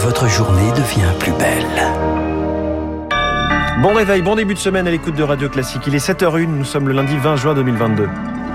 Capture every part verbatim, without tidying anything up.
votre journée devient plus belle. Bon réveil, bon début de semaine à l'écoute de Radio Classique. Il est sept heures une, nous sommes le lundi vingt juin deux mille vingt-deux.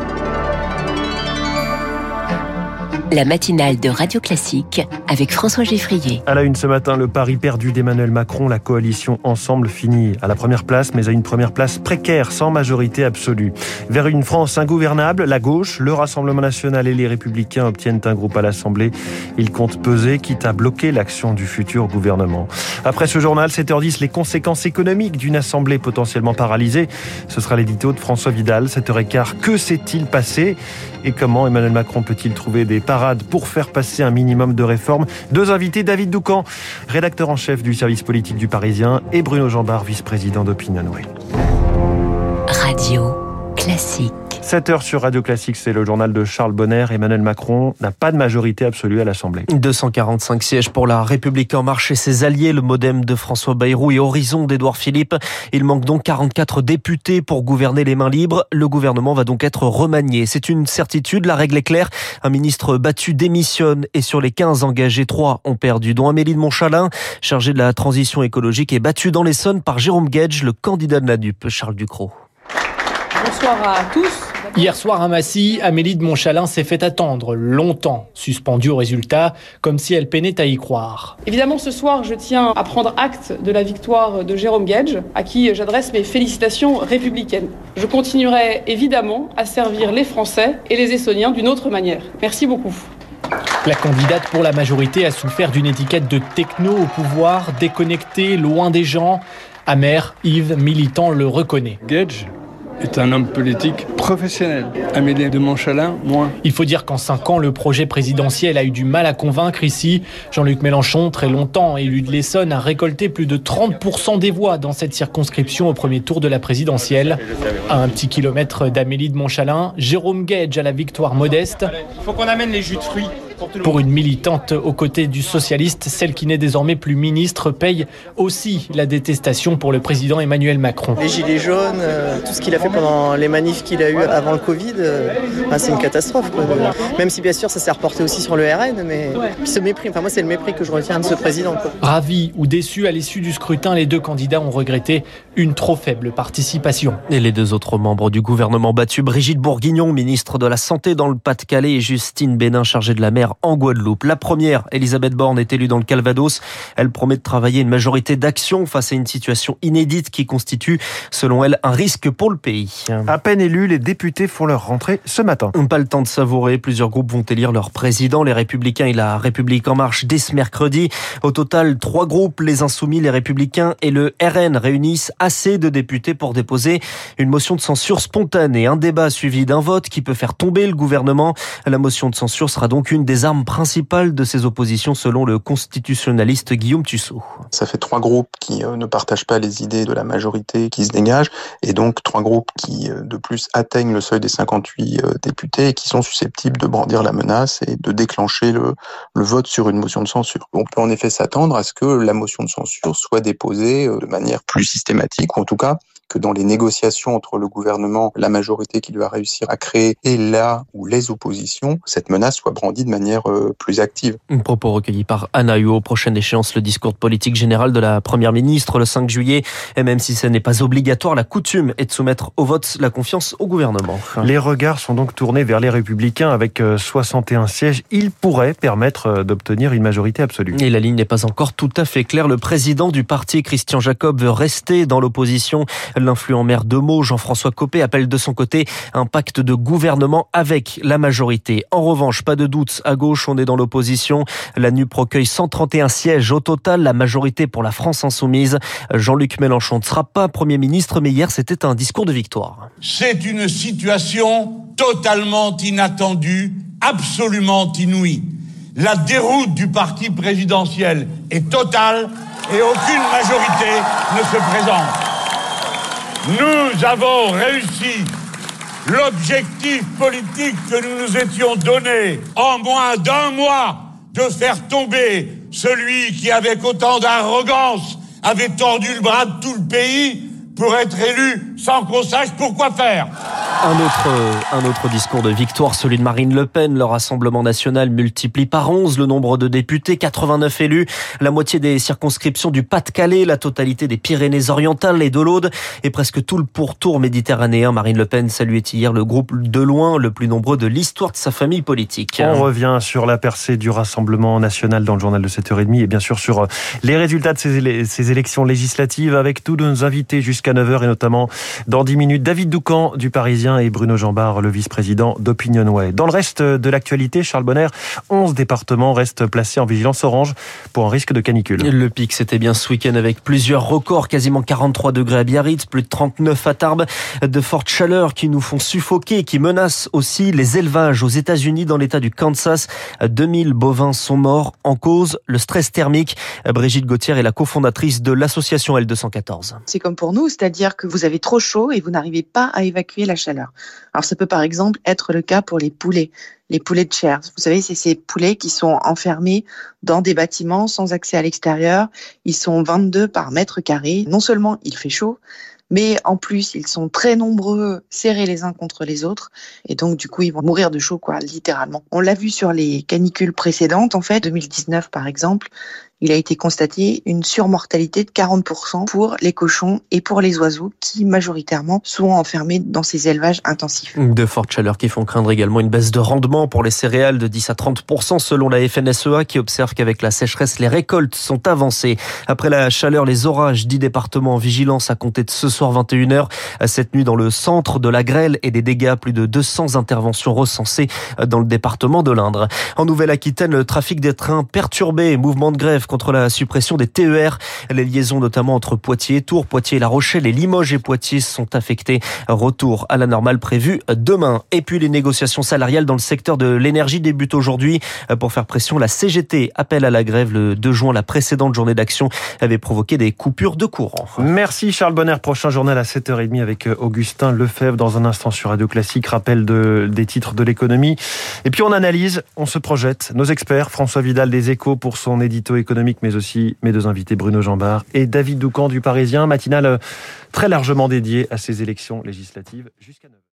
La matinale de Radio Classique avec François Geffrier. À la une ce matin, le pari perdu d'Emmanuel Macron, la coalition Ensemble finit à la première place, mais à une première place précaire, sans majorité absolue. Vers une France ingouvernable, la gauche, le Rassemblement national et les Républicains obtiennent un groupe à l'Assemblée. Ils comptent peser, quitte à bloquer l'action du futur gouvernement. Après ce journal, sept heures dix, les conséquences économiques d'une Assemblée potentiellement paralysée. Ce sera l'édito de François Vidal. sept heures quinze, que s'est-il passé ? Et comment Emmanuel Macron peut-il trouver des parades pour faire passer un minimum de réformes ? Deux invités, David Doucan, rédacteur en chef du service politique du Parisien, et Bruno Jambard, vice-président d'Opinionway. Radio Classique. sept heures sur Radio Classique, c'est le journal de Charles Bonner. Emmanuel Macron n'a pas de majorité absolue à l'Assemblée. deux cent quarante-cinq sièges pour la République En Marche et ses alliés, le MoDem de François Bayrou et Horizon d'Édouard Philippe. Il manque donc quarante-quatre députés pour gouverner les mains libres. Le gouvernement va donc être remanié. C'est une certitude, la règle est claire. Un ministre battu démissionne et sur les quinze engagés, trois ont perdu, dont Amélie de Montchalin, chargée de la transition écologique, est battue dans l'Essonne par Jérôme Guedj, le candidat de la D U P, Charles Ducrot. Bonsoir à tous. Hier soir à Massy, Amélie de Montchalin s'est fait attendre longtemps, suspendue au résultat, comme si elle peinait à y croire. Évidemment, ce soir, je tiens à prendre acte de la victoire de Jérôme Guedj, à qui j'adresse mes félicitations républicaines. Je continuerai évidemment à servir les Français et les Essonniens d'une autre manière. Merci beaucoup. La candidate pour la majorité a souffert d'une étiquette de techno au pouvoir, déconnectée, loin des gens. Amer, Yves, militant, le reconnaît. Guedj est un homme politique professionnel. Amélie de Montchalin, moins. Il faut dire qu'en cinq ans, le projet présidentiel a eu du mal à convaincre ici. Jean-Luc Mélenchon, très longtemps élu de l'Essonne, a récolté plus de trente pour cent des voix dans cette circonscription au premier tour de la présidentielle. À un petit kilomètre d'Amélie de Montchalin, Jérôme Guedj à la victoire modeste. Il faut qu'on amène les jus de fruits. Pour une militante aux côtés du socialiste, celle qui n'est désormais plus ministre paye aussi la détestation pour le président Emmanuel Macron. Les gilets jaunes, euh, tout ce qu'il a fait pendant les manifs qu'il a eu avant le Covid, euh, bah, c'est une catastrophe, quoi. Même si bien sûr ça s'est reporté aussi sur le R N, mais ce mépris, enfin moi c'est le mépris que je retiens de ce président, quoi. Ravis ou déçus à l'issue du scrutin, les deux candidats ont regretté une trop faible participation. Et les deux autres membres du gouvernement battus, Brigitte Bourguignon, ministre de la Santé dans le Pas-de-Calais, et Justine Bénin, chargée de la mer en Guadeloupe. La première, Elisabeth Borne, est élue dans le Calvados. Elle promet de travailler une majorité d'action face à une situation inédite qui constitue, selon elle, un risque pour le pays. À peine élus, les députés font leur rentrée ce matin. Pas le temps de savourer. Plusieurs groupes vont élire leur président, les Républicains et la République En Marche, dès ce mercredi. Au total, trois groupes, les Insoumis, les Républicains et le R N, réunissent assez de députés pour déposer une motion de censure spontanée. Un débat suivi d'un vote qui peut faire tomber le gouvernement. La motion de censure sera donc une des armes principale de ces oppositions selon le constitutionnaliste Guillaume Tussaud. Ça fait trois groupes qui euh, ne partagent pas les idées de la majorité qui se dégage et donc trois groupes qui euh, de plus atteignent le seuil des cinquante-huit euh, députés et qui sont susceptibles de brandir la menace et de déclencher le, le vote sur une motion de censure. On peut en effet s'attendre à ce que la motion de censure soit déposée euh, de manière plus systématique, ou en tout cas que dans les négociations entre le gouvernement, la majorité qui doit réussir à créer et là où les oppositions, cette menace soit brandie de manière euh, plus active. Un propos recueilli par Anna Huot. Prochaine échéance, le discours de politique générale de la Première ministre le cinq juillet. Et même si ce n'est pas obligatoire, la coutume est de soumettre au vote la confiance au gouvernement. Les regards sont donc tournés vers les Républicains avec soixante et un sièges. Ils pourraient permettre d'obtenir une majorité absolue. Et la ligne n'est pas encore tout à fait claire. Le président du parti, Christian Jacob, veut rester dans l'opposition. L'influent maire de Meaux, Jean-François Copé, appelle de son côté un pacte de gouvernement avec la majorité. En revanche, pas de doute, à gauche, on est dans l'opposition. La N U P recueille cent trente et un sièges au total, la majorité pour la France insoumise. Jean-Luc Mélenchon ne sera pas Premier ministre, mais hier, c'était un discours de victoire. C'est une situation totalement inattendue, absolument inouïe. La déroute du parti présidentiel est totale et aucune majorité ne se présente. Nous avons réussi l'objectif politique que nous nous étions donné en moins d'un mois de faire tomber celui qui, avec autant d'arrogance, avait tordu le bras de tout le pays pour être élu sans qu'on sache pourquoi faire. Un autre, un autre discours de victoire, celui de Marine Le Pen. Le Rassemblement national multiplie par onze le nombre de députés, quatre-vingt-neuf élus, la moitié des circonscriptions du Pas-de-Calais, la totalité des Pyrénées-Orientales et de l'Aude et presque tout le pourtour méditerranéen. Marine Le Pen saluait hier le groupe de loin le plus nombreux de l'histoire de sa famille politique. On revient sur la percée du Rassemblement national dans le journal de sept heures trente et bien sûr sur les résultats de ces, éle- ces élections législatives avec tous nos invités jusqu'à neuf heures et notamment dans dix minutes David Doucan du Parisien et Bruno Jambard, le vice-président d'Opinionway. Dans le reste de l'actualité, Charles Bonner, onze départements restent placés en vigilance orange pour un risque de canicule. Le pic, c'était bien ce week-end avec plusieurs records, quasiment quarante-trois degrés à Biarritz, plus de trente-neuf à Tarbes, de fortes chaleurs qui nous font suffoquer et qui menacent aussi les élevages aux États-Unis dans l'état du Kansas. deux mille bovins sont morts en cause le stress thermique. Brigitte Gauthier est la cofondatrice de l'association L deux cent quatorze. C'est comme pour nous, c'est-à-dire que vous avez trop chaud et vous n'arrivez pas à évacuer la chaleur. Alors ça peut par exemple être le cas pour les poulets, les poulets de chair. Vous savez, c'est ces poulets qui sont enfermés dans des bâtiments sans accès à l'extérieur. Ils sont vingt-deux par mètre carré. Non seulement il fait chaud, mais en plus, ils sont très nombreux, serrés les uns contre les autres. Et donc, du coup, ils vont mourir de chaud, quoi, littéralement. On l'a vu sur les canicules précédentes, en fait. deux mille dix-neuf, par exemple, il a été constaté une surmortalité de quarante pour cent pour les cochons et pour les oiseaux qui, majoritairement, sont enfermés dans ces élevages intensifs. De fortes chaleurs qui font craindre également une baisse de rendement pour les céréales de dix à trente pour cent selon la F N S E A qui observe qu'avec la sécheresse, les récoltes sont avancées. Après la chaleur, les orages, dix départements en vigilance à compter de ce soir vingt et une heures. Cette nuit, dans le centre de la grêle et des dégâts, plus de deux cents interventions recensées dans le département de l'Indre. En Nouvelle-Aquitaine, le trafic des trains perturbé, mouvement de grève contre la suppression des T E R. Les liaisons notamment entre Poitiers et Tours, Poitiers et La Rochelle et Limoges et Poitiers sont affectées. Retour à la normale prévu demain. Et puis les négociations salariales dans le secteur de l'énergie débutent aujourd'hui. Pour faire pression, la C G T appelle à la grève le deux juin. La précédente journée d'action avait provoqué des coupures de courant. Merci Charles Bonner. Prochain journal à sept heures trente avec Augustin Lefebvre dans un instant sur Radio Classique. Rappel de, des titres de l'économie. Et puis on analyse, on se projette. Nos experts, François Vidal des Échos pour son édito économique, mais aussi mes deux invités Bruno Jambard et David Doucan du Parisien. Matinale très largement dédiée à ces élections législatives jusqu'à neuf heures.